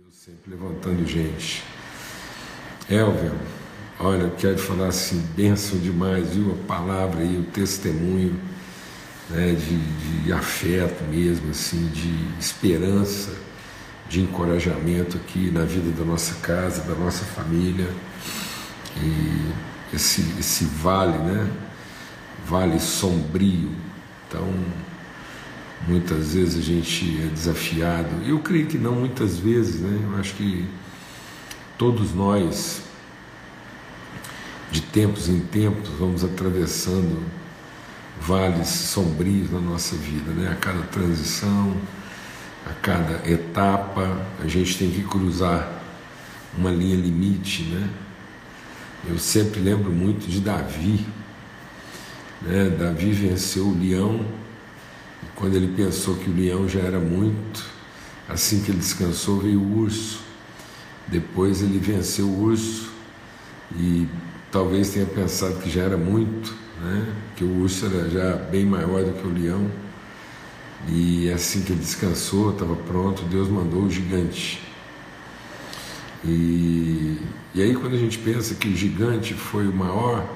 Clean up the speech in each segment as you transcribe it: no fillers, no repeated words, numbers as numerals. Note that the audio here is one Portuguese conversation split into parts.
Deus sempre levantando gente. Elvio, olha, eu quero falar assim, bênção demais, viu? A palavra e o testemunho, né, de afeto mesmo, assim, de esperança, de encorajamento aqui na vida da nossa casa, da nossa família. E esse vale, né? Vale sombrio. Então, muitas vezes a gente é desafiado. Eu creio que não muitas vezes, né? Eu acho que todos nós, de tempos em tempos, vamos atravessando vales sombrios na nossa vida, né? A cada transição, a cada etapa, a gente tem que cruzar uma linha limite, né? Eu sempre lembro muito de Davi, né? Davi venceu o leão, e quando ele pensou que o leão já era muito, assim que ele descansou, veio o urso. Depois ele venceu o urso e talvez tenha pensado que já era muito, né? Que o urso era já bem maior do que o leão. E assim que ele descansou, estava pronto, Deus mandou o gigante. E aí quando a gente pensa que o gigante foi o maior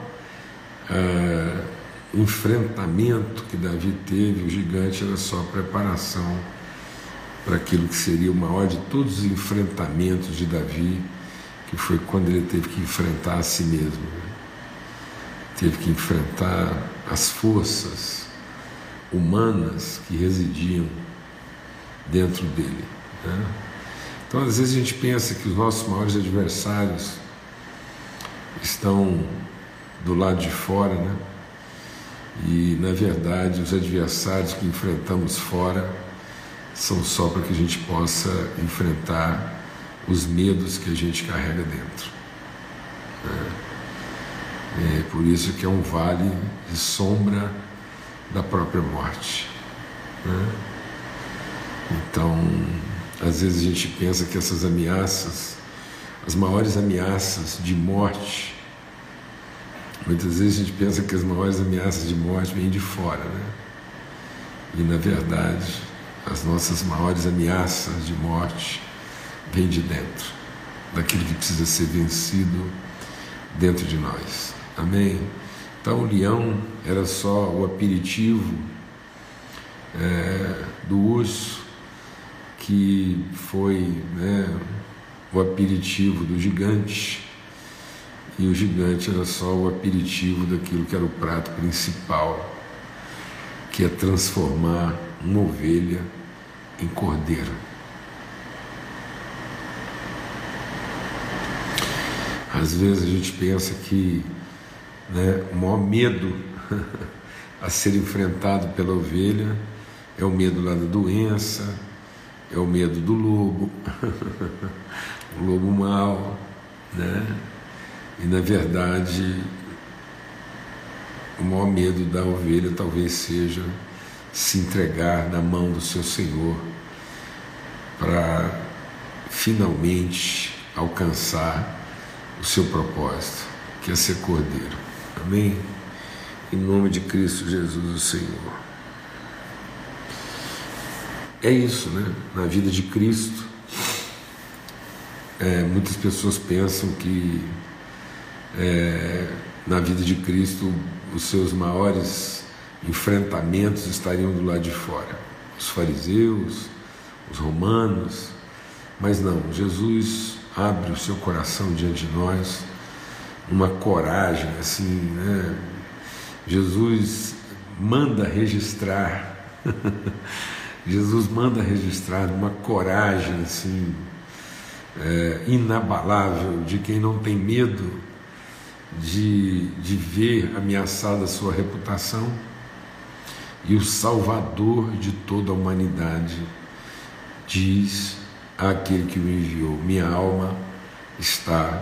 enfrentamento que Davi teve, o gigante era só preparação para aquilo que seria o maior de todos os enfrentamentos de Davi, que foi quando ele teve que enfrentar a si mesmo, né? Teve que enfrentar as forças humanas que residiam dentro dele, né? Então, às vezes a gente pensa que os nossos maiores adversários estão do lado de fora, né? E, na verdade, os adversários que enfrentamos fora são só para que a gente possa enfrentar os medos que a gente carrega dentro, né? É por isso que é um vale de sombra da própria morte, né? Então, às vezes a gente pensa que essas ameaças, as maiores ameaças de morte, muitas vezes a gente pensa que as maiores ameaças de morte vêm de fora, né? E, na verdade, as nossas maiores ameaças de morte vêm de dentro, daquilo que precisa ser vencido dentro de nós. Amém? Então o leão era só o aperitivo do urso, que foi, né, o aperitivo do gigante, e o gigante era só o aperitivo daquilo que era o prato principal, que é transformar uma ovelha em cordeiro. Às vezes a gente pensa que, né, o maior medo a ser enfrentado pela ovelha é o medo lá da doença, é o medo do lobo, o lobo mau, né? E, na verdade, o maior medo da ovelha talvez seja se entregar na mão do seu Senhor para finalmente alcançar o seu propósito, que é ser cordeiro. Amém? Em nome de Cristo Jesus, o Senhor. É isso, né? Na vida de Cristo, muitas pessoas pensam que na vida de Cristo os seus maiores enfrentamentos estariam do lado de fora, os fariseus, os romanos, mas não. Jesus abre o seu coração diante de nós, uma coragem assim, né? Jesus manda registrar Jesus manda registrar uma coragem assim, inabalável, de quem não tem medo de ver ameaçada a sua reputação. E o Salvador de toda a humanidade diz àquele que o enviou: minha alma está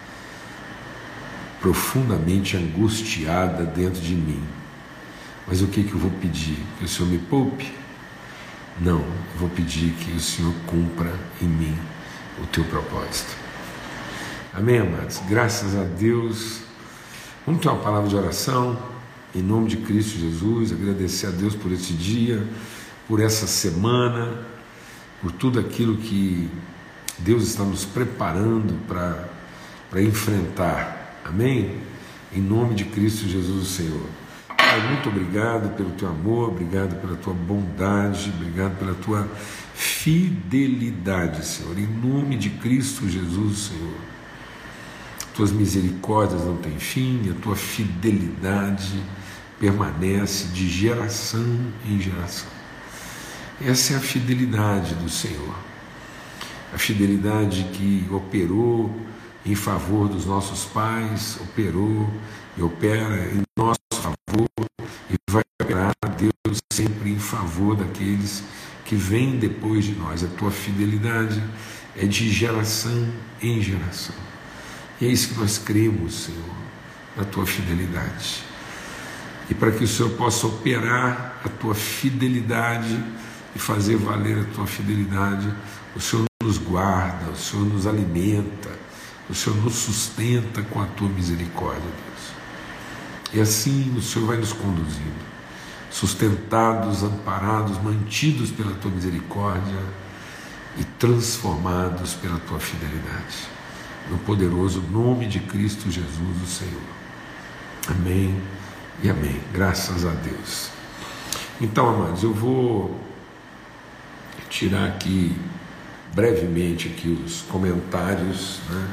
profundamente angustiada dentro de mim, mas o que eu vou pedir? Que o Senhor me poupe? Não, eu vou pedir que o Senhor cumpra em mim o teu propósito. Amém, amados? Graças a Deus. Vamos ter uma palavra de oração em nome de Cristo Jesus, agradecer a Deus por esse dia, por essa semana, por tudo aquilo que Deus está nos preparando para enfrentar, amém? Em nome de Cristo Jesus, o Senhor. Pai, muito obrigado pelo teu amor, obrigado pela tua bondade, obrigado pela tua fidelidade, Senhor, em nome de Cristo Jesus, Senhor. Tuas misericórdias não têm fim, a tua fidelidade permanece de geração em geração. Essa é a fidelidade do Senhor, a fidelidade que operou em favor dos nossos pais, operou e opera em nosso favor e vai operar, Deus, sempre em favor daqueles que vêm depois de nós. A tua fidelidade é de geração em geração. E é isso que nós cremos, Senhor, na tua fidelidade. E para que o Senhor possa operar a tua fidelidade e fazer valer a tua fidelidade, o Senhor nos guarda, o Senhor nos alimenta, o Senhor nos sustenta com a tua misericórdia, Deus. E assim o Senhor vai nos conduzindo, sustentados, amparados, mantidos pela tua misericórdia e transformados pela tua fidelidade. No poderoso nome de Cristo Jesus, o Senhor. Amém e amém. Graças a Deus. Então, amados, eu vou tirar aqui brevemente aqui os comentários, né?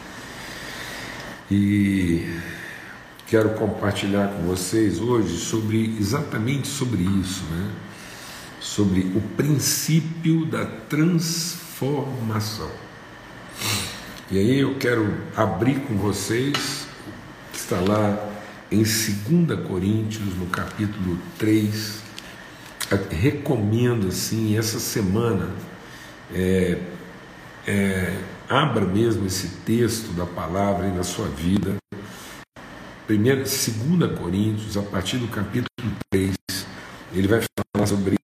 E quero compartilhar com vocês hoje exatamente sobre isso, né? Sobre o princípio da transformação. E aí eu quero abrir com vocês, que está lá em 2 Coríntios, no capítulo 3. Recomendo assim, essa semana, abra mesmo esse texto da palavra aí na sua vida. 2 Coríntios, a partir do capítulo 3, ele vai falar sobre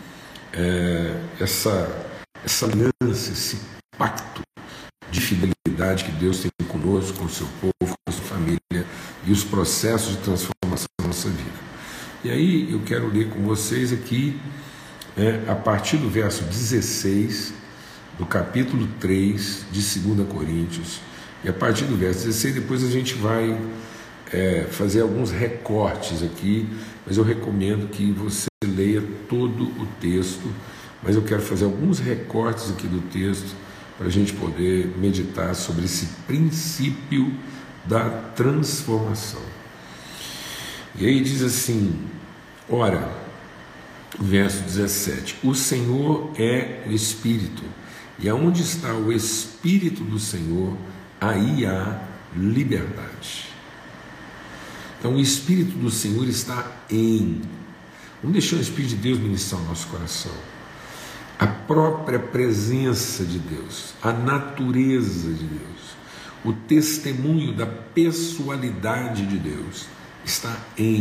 essa aliança, esse pacto de fidelidade que Deus tem conosco, com o seu povo, com a sua família, e os processos de transformação da nossa vida. E aí eu quero ler com vocês aqui, a partir do verso 16, do capítulo 3 de 2 Coríntios, e a partir do verso 16, depois a gente vai fazer alguns recortes aqui, mas eu recomendo que você leia todo o texto, mas eu quero fazer alguns recortes aqui do texto, para a gente poder meditar sobre esse princípio da transformação. E aí diz assim, ora, verso 17, o Senhor é o Espírito, e aonde está o Espírito do Senhor, aí há liberdade. Então o Espírito do Senhor está vamos deixar o Espírito de Deus ministrar o nosso coração. A própria presença de Deus, a natureza de Deus, o testemunho da pessoalidade de Deus está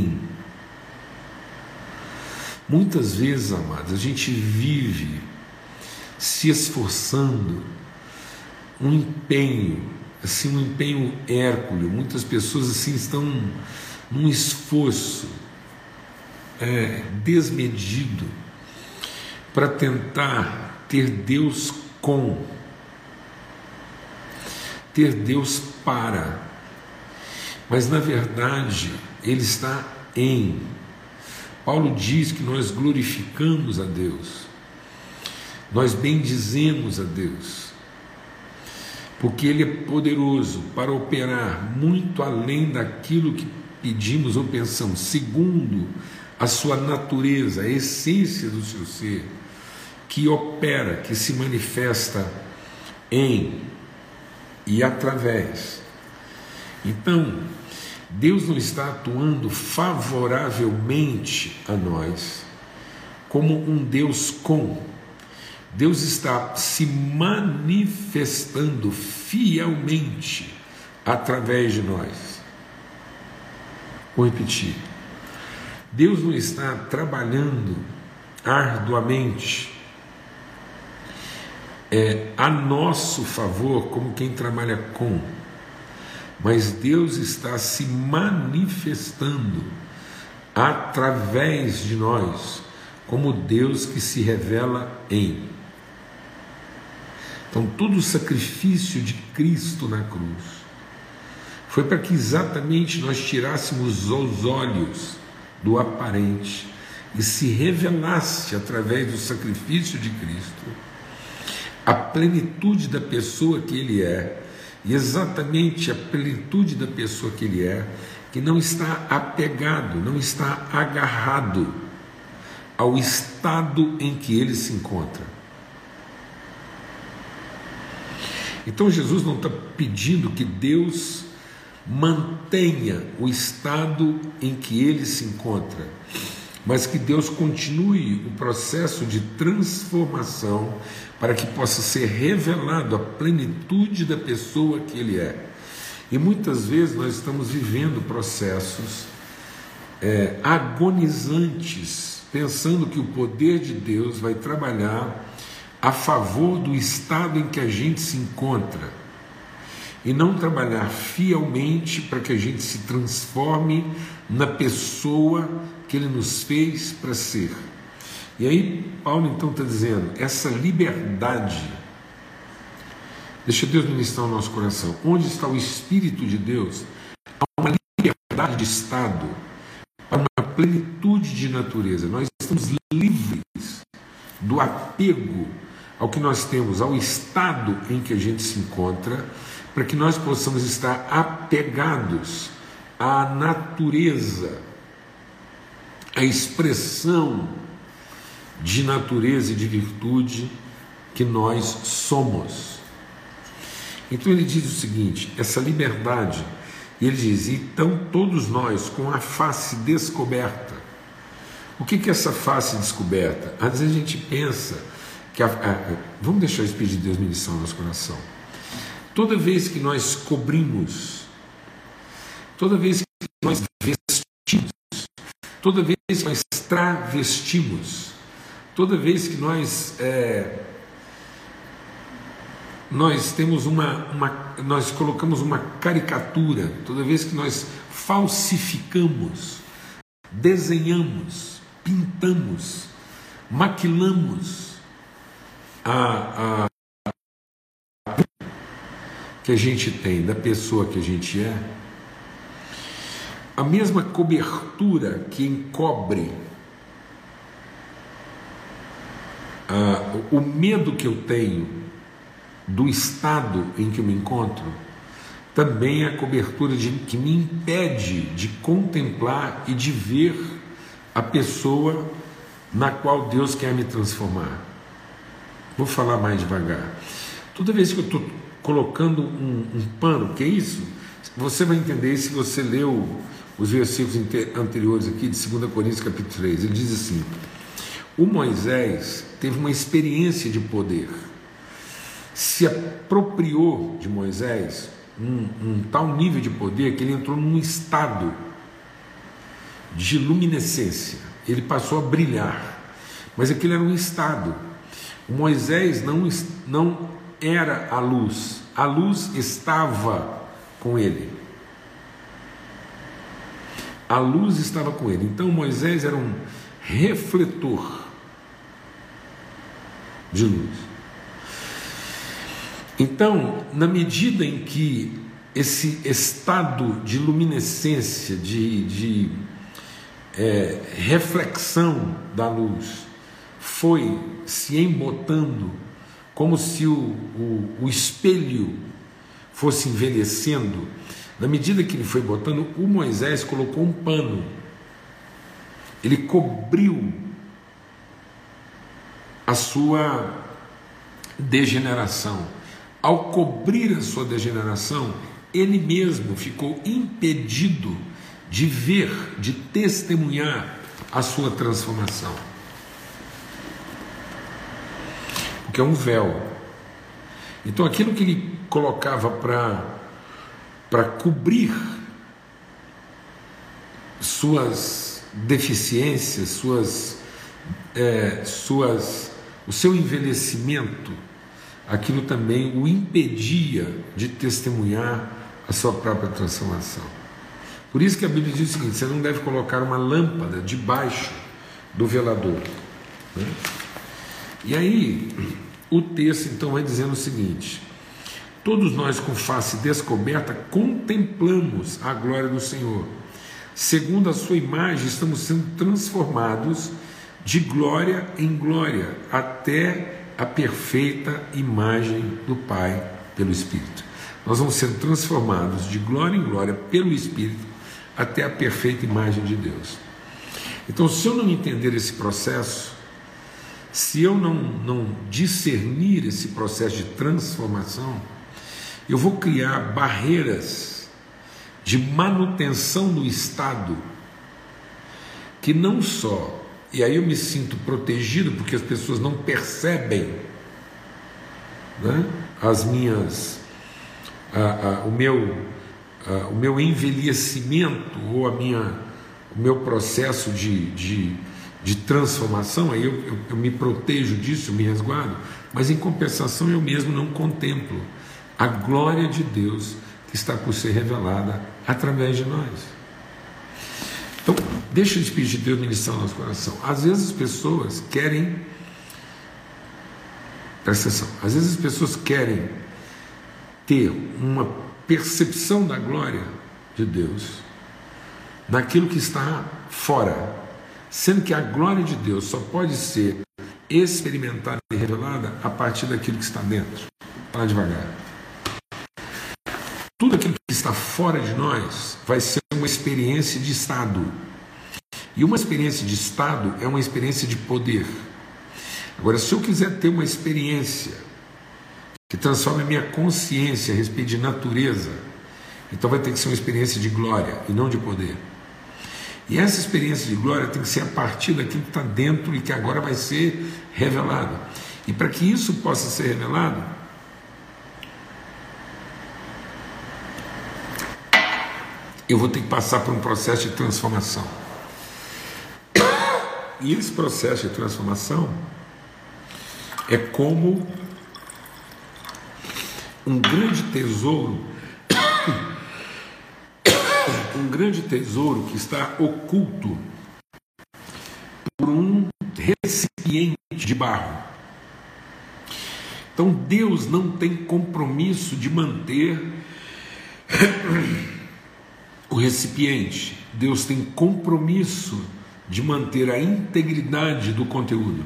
Muitas vezes, amados, a gente vive se esforçando, um empenho hércules. Muitas pessoas assim estão num esforço desmedido para tentar ter Deus ter Deus mas na verdade Ele está Paulo diz que nós glorificamos a Deus, nós bendizemos a Deus, porque Ele é poderoso para operar muito além daquilo que pedimos ou pensamos, segundo a sua natureza, a essência do seu ser, que opera, que se manifesta e através. Então, Deus não está atuando favoravelmente a nós como um Deus Deus está se manifestando fielmente através de nós. Vou repetir. Deus não está trabalhando arduamente a nosso favor, como quem trabalha mas Deus está se manifestando através de nós, como Deus que se revela Então, todo o sacrifício de Cristo na cruz foi para que exatamente nós tirássemos os olhos do aparente e se revelasse através do sacrifício de Cristo a plenitude da pessoa que Ele é, e exatamente a plenitude da pessoa que Ele é, que não está apegado, não está agarrado ao estado em que Ele se encontra. Então Jesus não está pedindo que Deus mantenha o estado em que Ele se encontra, mas que Deus continue o processo de transformação para que possa ser revelado a plenitude da pessoa que Ele é. E muitas vezes nós estamos vivendo processos agonizantes, pensando que o poder de Deus vai trabalhar a favor do estado em que a gente se encontra, e não trabalhar fielmente para que a gente se transforme na pessoa que Ele nos fez para ser. E aí Paulo então está dizendo, essa liberdade, deixa Deus ministrar o nosso coração, onde está o Espírito de Deus, há uma liberdade de estado, para uma plenitude de natureza. Nós estamos livres do apego ao que nós temos, ao estado em que a gente se encontra, para que nós possamos estar apegados à natureza, à expressão de natureza e de virtude que nós somos. Então ele diz o seguinte, essa liberdade, e ele diz, então todos nós com a face descoberta. O que é essa face descoberta? Às vezes a gente pensa que vamos deixar o Espírito de Deus ministrar no nosso coração. Toda vez que nós cobrimos, toda vez que nós vestimos, toda vez que nós travestimos, toda vez que nós temos nós colocamos uma caricatura, toda vez que nós falsificamos, desenhamos, pintamos, maquilamos a que a gente tem da pessoa que a gente é, a mesma cobertura que encobre o medo que eu tenho do estado em que eu me encontro, também é a cobertura que me impede de contemplar e de ver a pessoa na qual Deus quer me transformar. Vou falar mais devagar. Toda vez que eu estou colocando um pano, que é isso? Você vai entender se você leu os versículos anteriores aqui de 2 Coríntios capítulo 3. Ele diz assim, o Moisés teve uma experiência de poder, se apropriou de Moisés um tal nível de poder que ele entrou num estado de luminescência, ele passou a brilhar, mas aquilo era um estado. O Moisés não era a luz estava com ele, a luz estava com ele. Então Moisés era um refletor de luz. Então, na medida em que esse estado de luminescência, de reflexão da luz foi se embotando, como se o espelho fosse envelhecendo, na medida que ele foi botando, o Moisés colocou um pano, ele cobriu a sua degeneração. Ao cobrir a sua degeneração, ele mesmo ficou impedido de ver, de testemunhar a sua transformação. Porque é um véu. Então aquilo que ele colocava para cobrir suas deficiências, o seu envelhecimento, aquilo também o impedia de testemunhar a sua própria transformação. Por isso que a Bíblia diz o seguinte: você não deve colocar uma lâmpada debaixo do velador, né? E aí o texto então vai dizendo o seguinte: todos nós com face descoberta contemplamos a glória do Senhor. Segundo a sua imagem, estamos sendo transformados de glória em glória, até a perfeita imagem do Pai pelo Espírito. Nós vamos sendo transformados de glória em glória pelo Espírito, até a perfeita imagem de Deus. Então, se eu não entender esse processo, se eu não discernir esse processo de transformação, eu vou criar barreiras de manutenção do estado, que não só, e aí eu me sinto protegido porque as pessoas não percebem, né, o meu envelhecimento ou o meu processo de transformação, aí eu me protejo disso, eu me resguardo, mas em compensação eu mesmo não contemplo a glória de Deus que está por ser revelada através de nós. Então, deixa o Espírito de Deus ministrar no nosso coração. Às vezes as pessoas querem, presta atenção, às vezes as pessoas querem ter uma percepção da glória de Deus naquilo que está fora, sendo que a glória de Deus só pode ser experimentada e revelada a partir daquilo que está dentro. Fala devagar. Tudo aquilo que está fora de nós vai ser uma experiência de estado. E uma experiência de estado é uma experiência de poder. Agora, se eu quiser ter uma experiência que transforme a minha consciência a respeito de natureza, então vai ter que ser uma experiência de glória e não de poder. E essa experiência de glória tem que ser a partir daquilo que está dentro e que agora vai ser revelado. E para que isso possa ser revelado, eu vou ter que passar por um processo de transformação. E esse processo de transformação é como um grande tesouro, que está oculto por um recipiente de barro. Então Deus não tem compromisso de manter o recipiente. Deus tem compromisso de manter a integridade do conteúdo.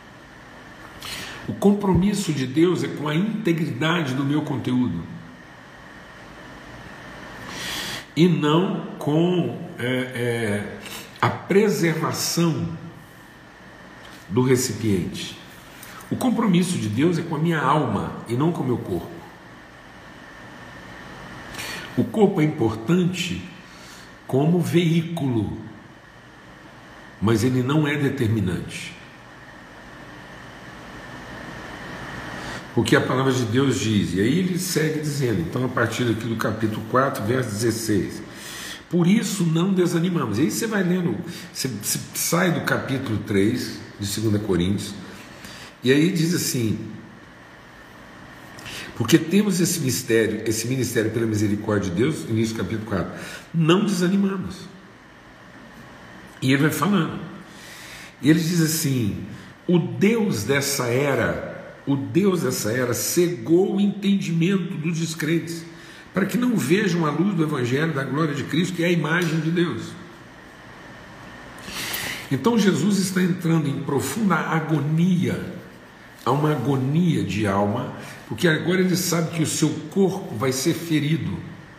O compromisso de Deus é com a integridade do meu conteúdo e não com a preservação do recipiente. O compromisso de Deus é com a minha alma e não com o meu corpo. O corpo é importante como veículo, mas ele não é determinante. Porque a palavra de Deus diz, e aí ele segue dizendo, então a partir aqui do capítulo 4, verso 16, por isso não desanimamos. E aí você vai lendo, você sai do capítulo 3 de 2 Coríntios, e aí diz assim, porque temos esse ministério pela misericórdia de Deus, início do capítulo 4, não desanimamos. E ele vai falando, e ele diz assim, o Deus dessa era cegou o entendimento dos descrentes, para que não vejam a luz do Evangelho da glória de Cristo, que é a imagem de Deus. Então Jesus está entrando em profunda agonia, há uma agonia de alma, porque agora ele sabe que o seu corpo vai ser ferido,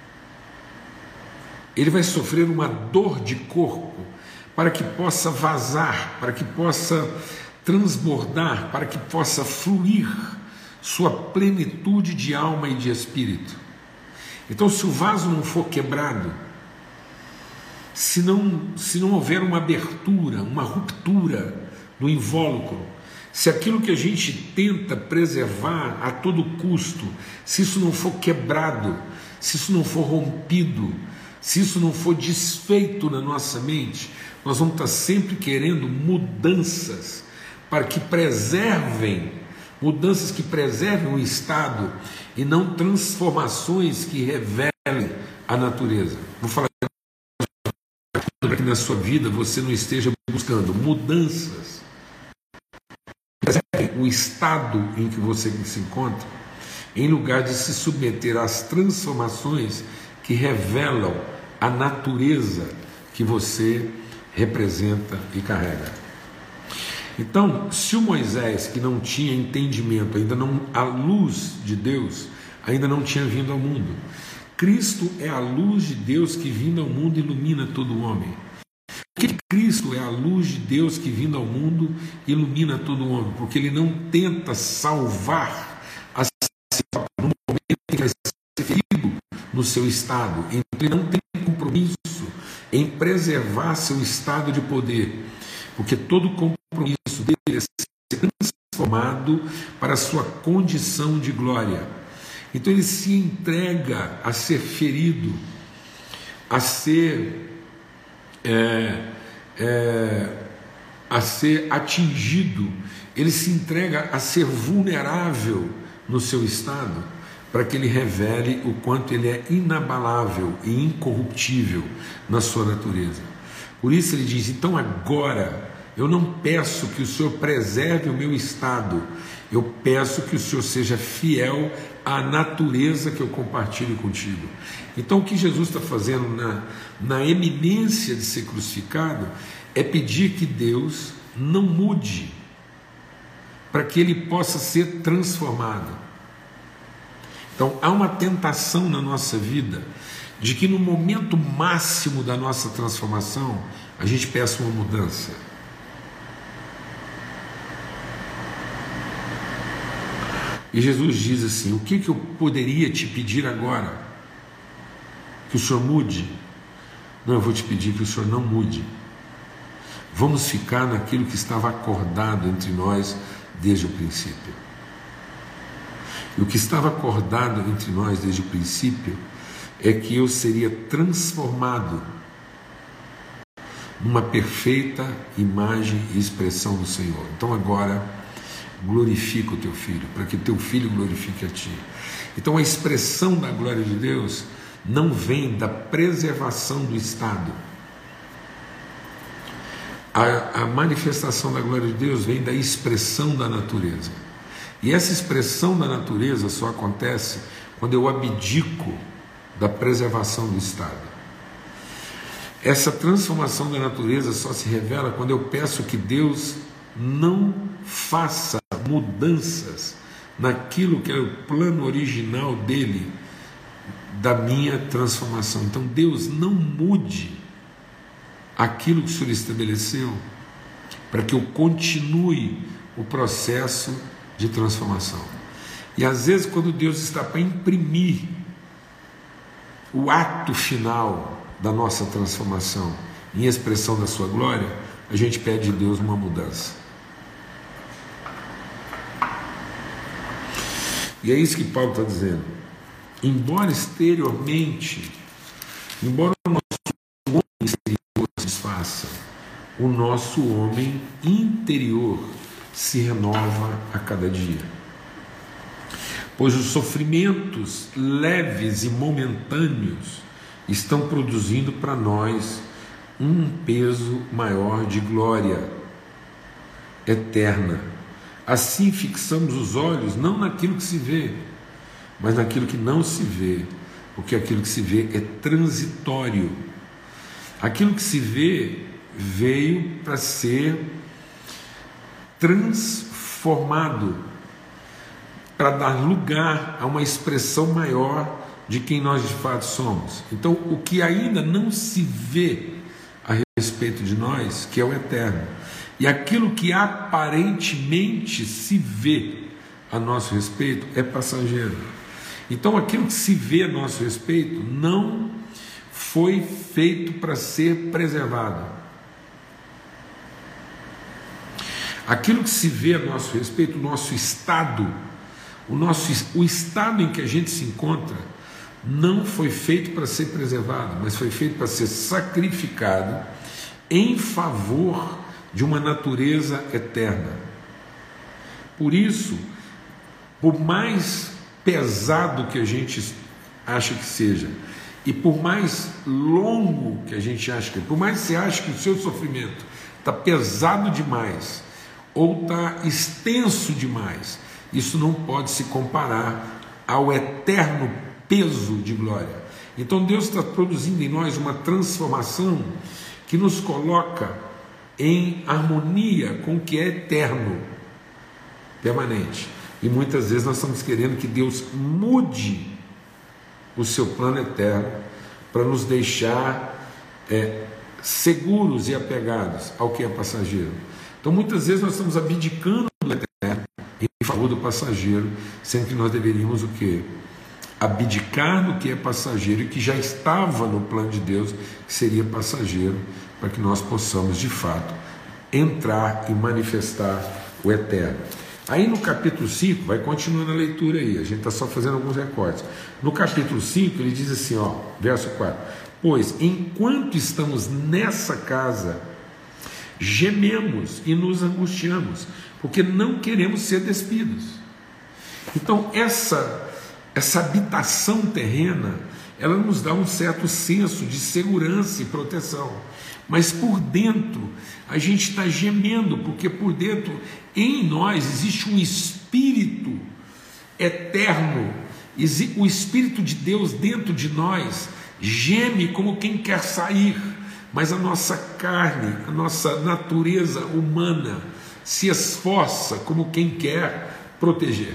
ele vai sofrer uma dor de corpo, para que possa vazar, para que possa transbordar, para que possa fluir sua plenitude de alma e de espírito. Então, se o vaso não for quebrado, se não houver uma abertura, uma ruptura do invólucro, se aquilo que a gente tenta preservar a todo custo, se isso não for quebrado, se isso não for rompido, se isso não for desfeito na nossa mente, nós vamos estar sempre querendo mudanças para que preservem, mudanças que preservem o estado e não transformações que revelem a natureza. Vou falar para que na sua vida você não esteja buscando mudanças que preservem o estado em que você se encontra, em lugar de se submeter às transformações que revelam a natureza que você representa e carrega. Então, se o Moisés, que não tinha entendimento, ainda não, a luz de Deus ainda não tinha vindo ao mundo, Cristo é a luz de Deus que vindo ao mundo ilumina todo homem. Porque Cristo é a luz de Deus que vindo ao mundo ilumina todo homem, porque ele não tenta salvar a si próprio no momento em que vai ser ferido no seu estado. Então ele não tem compromisso em preservar seu estado de poder, porque todo compromisso dele é ser transformado para a sua condição de glória. Então ele se entrega a ser ferido, a ser atingido, ele se entrega a ser vulnerável no seu estado, para que ele revele o quanto ele é inabalável e incorruptível na sua natureza. Por isso ele diz: então agora eu não peço que o Senhor preserve o meu estado, eu peço que o Senhor seja fiel à natureza que eu compartilho contigo. Então o que Jesus está fazendo na eminência de ser crucificado é pedir que Deus não mude, para que ele possa ser transformado. Então há uma tentação na nossa vida de que no momento máximo da nossa transformação a gente peça uma mudança. E Jesus diz assim: o que eu poderia te pedir agora? Que o Senhor mude? Não, eu vou te pedir que o Senhor não mude. Vamos ficar naquilo que estava acordado entre nós desde o princípio. E o que estava acordado entre nós desde o princípio é que eu seria transformado numa perfeita imagem e expressão do Senhor. Então agora glorifica o teu filho, para que teu filho glorifique a ti. Então a expressão da glória de Deus não vem da preservação do estado. A manifestação da glória de Deus vem da expressão da natureza. E essa expressão da natureza só acontece quando eu abdico da preservação do estado. Essa transformação da natureza só se revela quando eu peço que Deus não faça mudanças naquilo que é o plano original dele, da minha transformação. Então Deus não mude aquilo que o Senhor estabeleceu, para que eu continue o processo de transformação. E às vezes, quando Deus está para imprimir o ato final da nossa transformação em expressão da sua glória, a gente pede a Deus uma mudança. E é isso que Paulo está dizendo. Embora exteriormente, embora o nosso homem exterior se desfaça, o nosso homem interior se renova a cada dia. Pois os sofrimentos leves e momentâneos estão produzindo para nós um peso maior de glória eterna. Assim fixamos os olhos não naquilo que se vê, mas naquilo que não se vê, porque aquilo que se vê é transitório. Aquilo que se vê veio para ser transformado, para dar lugar a uma expressão maior de quem nós de fato somos. Então, o que ainda não se vê a respeito de nós, que é o eterno, e aquilo que aparentemente se vê a nosso respeito é passageiro. Então, aquilo que se vê a nosso respeito não foi feito para ser preservado. Aquilo que se vê a nosso respeito, o nosso estado, o estado em que a gente se encontra, não foi feito para ser preservado, mas foi feito para ser sacrificado em favor de uma natureza eterna. Por isso, por mais pesado que a gente acha que seja, e por mais longo que a gente acha que, por mais que você ache que o seu sofrimento está pesado demais, ou está extenso demais, isso não pode se comparar ao eterno peso de glória. Então Deus está produzindo em nós uma transformação que nos coloca em harmonia com o que é eterno, permanente. E muitas vezes nós estamos querendo que Deus mude o seu plano eterno para nos deixar seguros e apegados ao que é passageiro. Então muitas vezes nós estamos abdicando do eterno em favor do passageiro, sendo que nós deveríamos o quê? Abdicar do que é passageiro e que já estava no plano de Deus, que seria passageiro, para que nós possamos de fato entrar e manifestar o eterno. Aí no capítulo 5, vai continuando a leitura aí, a gente está só fazendo alguns recortes. No capítulo 5 ele diz assim, verso 4: pois enquanto estamos nessa casa, gememos e nos angustiamos, porque não queremos ser despidos. Então essa habitação terrena, ela nos dá um certo senso de segurança e proteção, mas por dentro a gente está gemendo, porque por dentro em nós existe um espírito eterno, o Espírito de Deus dentro de nós geme como quem quer sair, mas a nossa carne, a nossa natureza humana se esforça como quem quer proteger,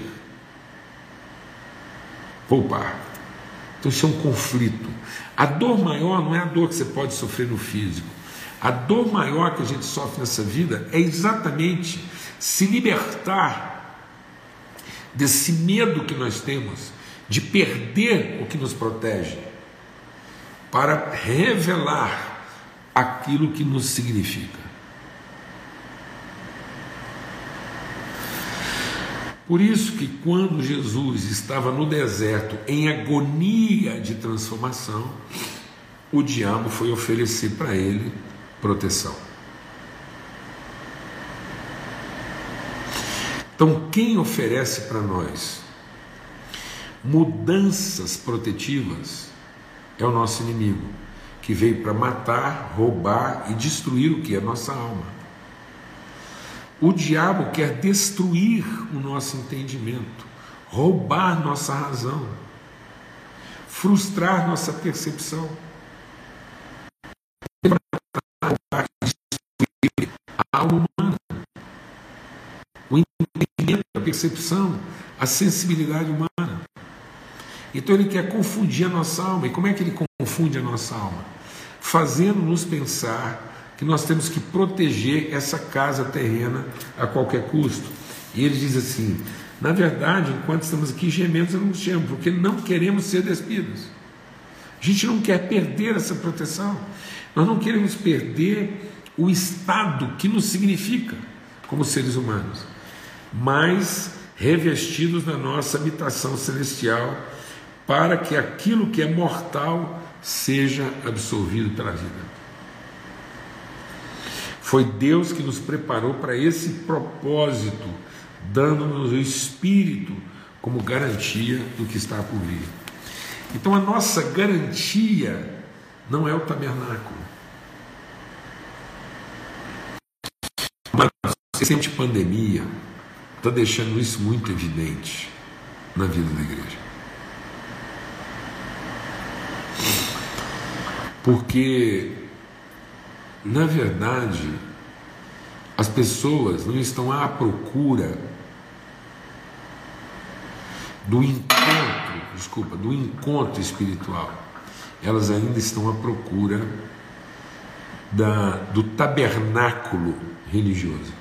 poupar. Então isso é um conflito. A dor maior não é a dor que você pode sofrer no físico. A dor maior que a gente sofre nessa vida é exatamente se libertar desse medo que nós temos de perder o que nos protege, para revelar aquilo que nos significa. Por isso que quando Jesus estava no deserto em agonia de transformação, o diabo foi oferecer para ele proteção. Então quem oferece para nós mudanças protetivas é o nosso inimigo, que veio para matar, roubar e destruir o que é nossa alma. O diabo quer destruir o nosso entendimento, roubar nossa razão, frustrar nossa percepção, roubar, destruir a alma humana, o entendimento, a percepção, a sensibilidade humana. Então ele quer confundir a nossa alma. E como é que ele confunde a nossa alma? Fazendo-nos pensar que nós temos que proteger essa casa terrena a qualquer custo. E ele diz assim: na verdade, enquanto estamos aqui gemendo, angustiamos, porque não queremos ser despidos. A gente não quer perder essa proteção. Nós não queremos perder o estado que nos significa como seres humanos, mas revestidos na nossa habitação celestial, para que aquilo que é mortal seja absorvido pela vida. Foi Deus que nos preparou para esse propósito, dando-nos o Espírito como garantia do que está por vir. Então a nossa garantia não é o tabernáculo. Mas esse tempo de pandemia está deixando isso muito evidente na vida da igreja. Porque, na verdade, as pessoas não estão à procura do encontro espiritual. Elas ainda estão à procura do tabernáculo religioso.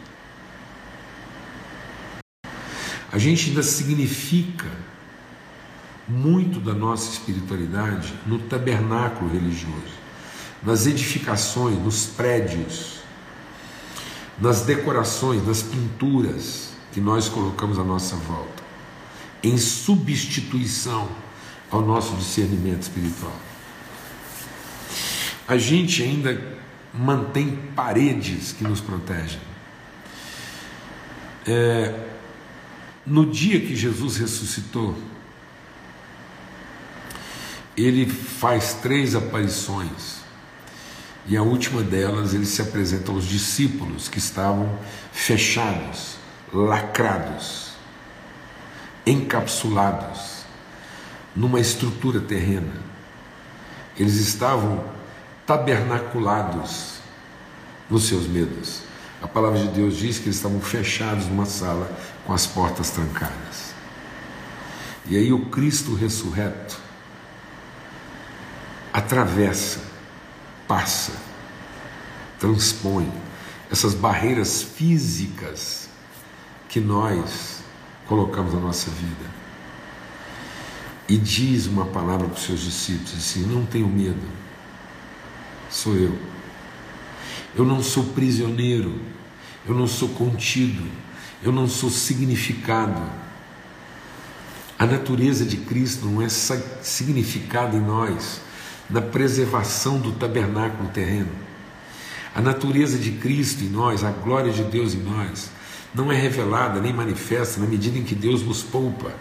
A gente ainda significa muito da nossa espiritualidade no tabernáculo religioso, nas edificações, nos prédios, nas decorações, nas pinturas que nós colocamos à nossa volta, em substituição ao nosso discernimento espiritual. A gente ainda mantém paredes que nos protegem. No dia que Jesus ressuscitou, ele faz 3 aparições E a última delas, ele se apresenta aos discípulos que estavam fechados, lacrados, encapsulados numa estrutura terrena. Eles estavam tabernaculados nos seus medos. A palavra de Deus diz que eles estavam fechados numa sala com as portas trancadas. E aí o Cristo ressurreto atravessa, passa, transpõe essas barreiras físicas que nós colocamos na nossa vida e diz uma palavra para os seus discípulos assim: não tenham medo, sou eu. Eu não sou prisioneiro, eu não sou contido, eu não sou significado. A natureza de Cristo não é significada em nós na preservação do tabernáculo terreno. A natureza de Cristo em nós, a glória de Deus em nós, não é revelada nem manifesta na medida em que Deus nos poupa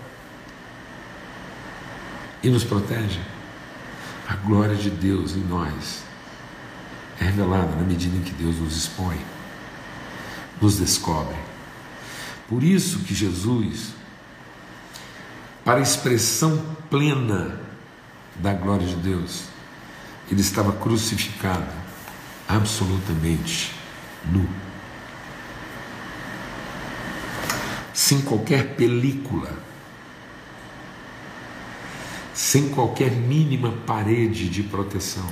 e nos protege. A glória de Deus em nós é revelada na medida em que Deus nos expõe, nos descobre. Por isso que Jesus, para a expressão plena da glória de Deus, ele estava crucificado, absolutamente nu, sem qualquer película, sem qualquer mínima parede de proteção,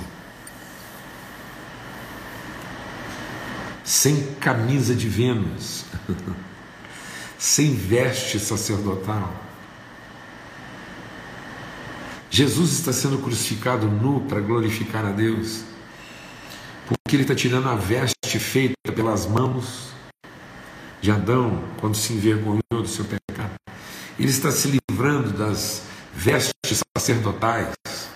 sem camisa de Vênus, sem veste sacerdotal. Jesus está sendo crucificado nu para glorificar a Deus, porque ele está tirando a veste feita pelas mãos de Adão quando se envergonhou do seu pecado. Ele está se livrando das vestes sacerdotais,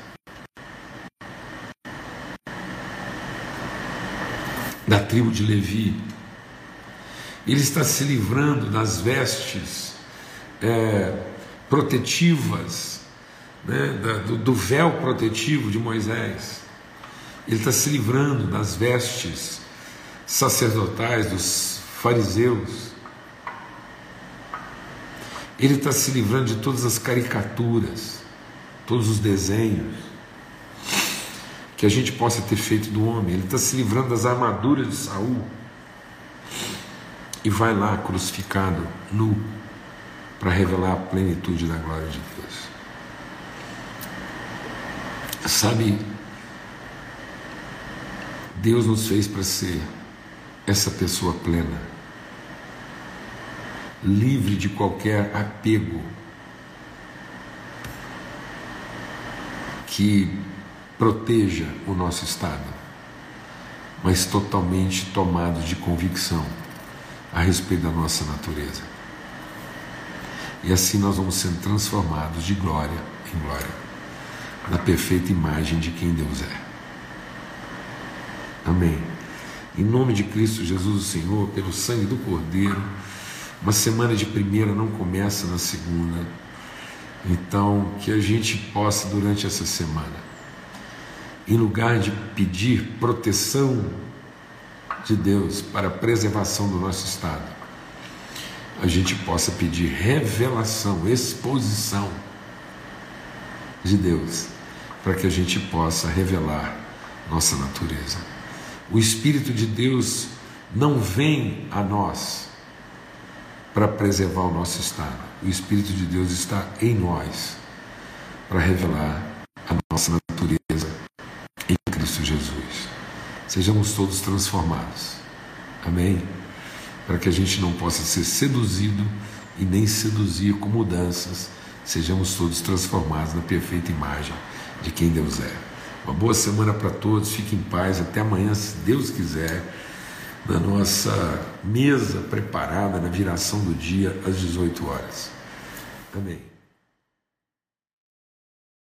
da tribo de Levi. Ele está se livrando das vestes protetivas, né, do véu protetivo de Moisés. Ele está se livrando das vestes sacerdotais dos fariseus. Ele está se livrando de todas as caricaturas, todos os desenhos que a gente possa ter feito do homem. Ele está se livrando das armaduras de Saul e vai lá crucificado, nu, para revelar a plenitude da glória de Deus. Sabe, Deus nos fez para ser essa pessoa plena, livre de qualquer apego que proteja o nosso estado, mas totalmente tomado de convicção a respeito da nossa natureza. E assim nós vamos sendo transformados de glória em glória, na perfeita imagem de quem Deus é. Amém. Em nome de Cristo Jesus, o Senhor, pelo sangue do Cordeiro, uma semana de primeira não começa na segunda. Então, que a gente possa, durante essa semana, em lugar de pedir proteção de Deus para a preservação do nosso estado, a gente possa pedir revelação, exposição de Deus, para que a gente possa revelar nossa natureza. O Espírito de Deus não vem a nós para preservar o nosso estado. O Espírito de Deus está em nós para revelar a nossa natureza em Cristo Jesus. Sejamos todos transformados. Amém? Para que a gente não possa ser seduzido e nem seduzir com mudanças. Sejamos todos transformados na perfeita imagem de quem Deus é. Uma boa semana para todos, fiquem em paz, até amanhã, se Deus quiser, na nossa mesa preparada na viração do dia às 18 horas. Amém.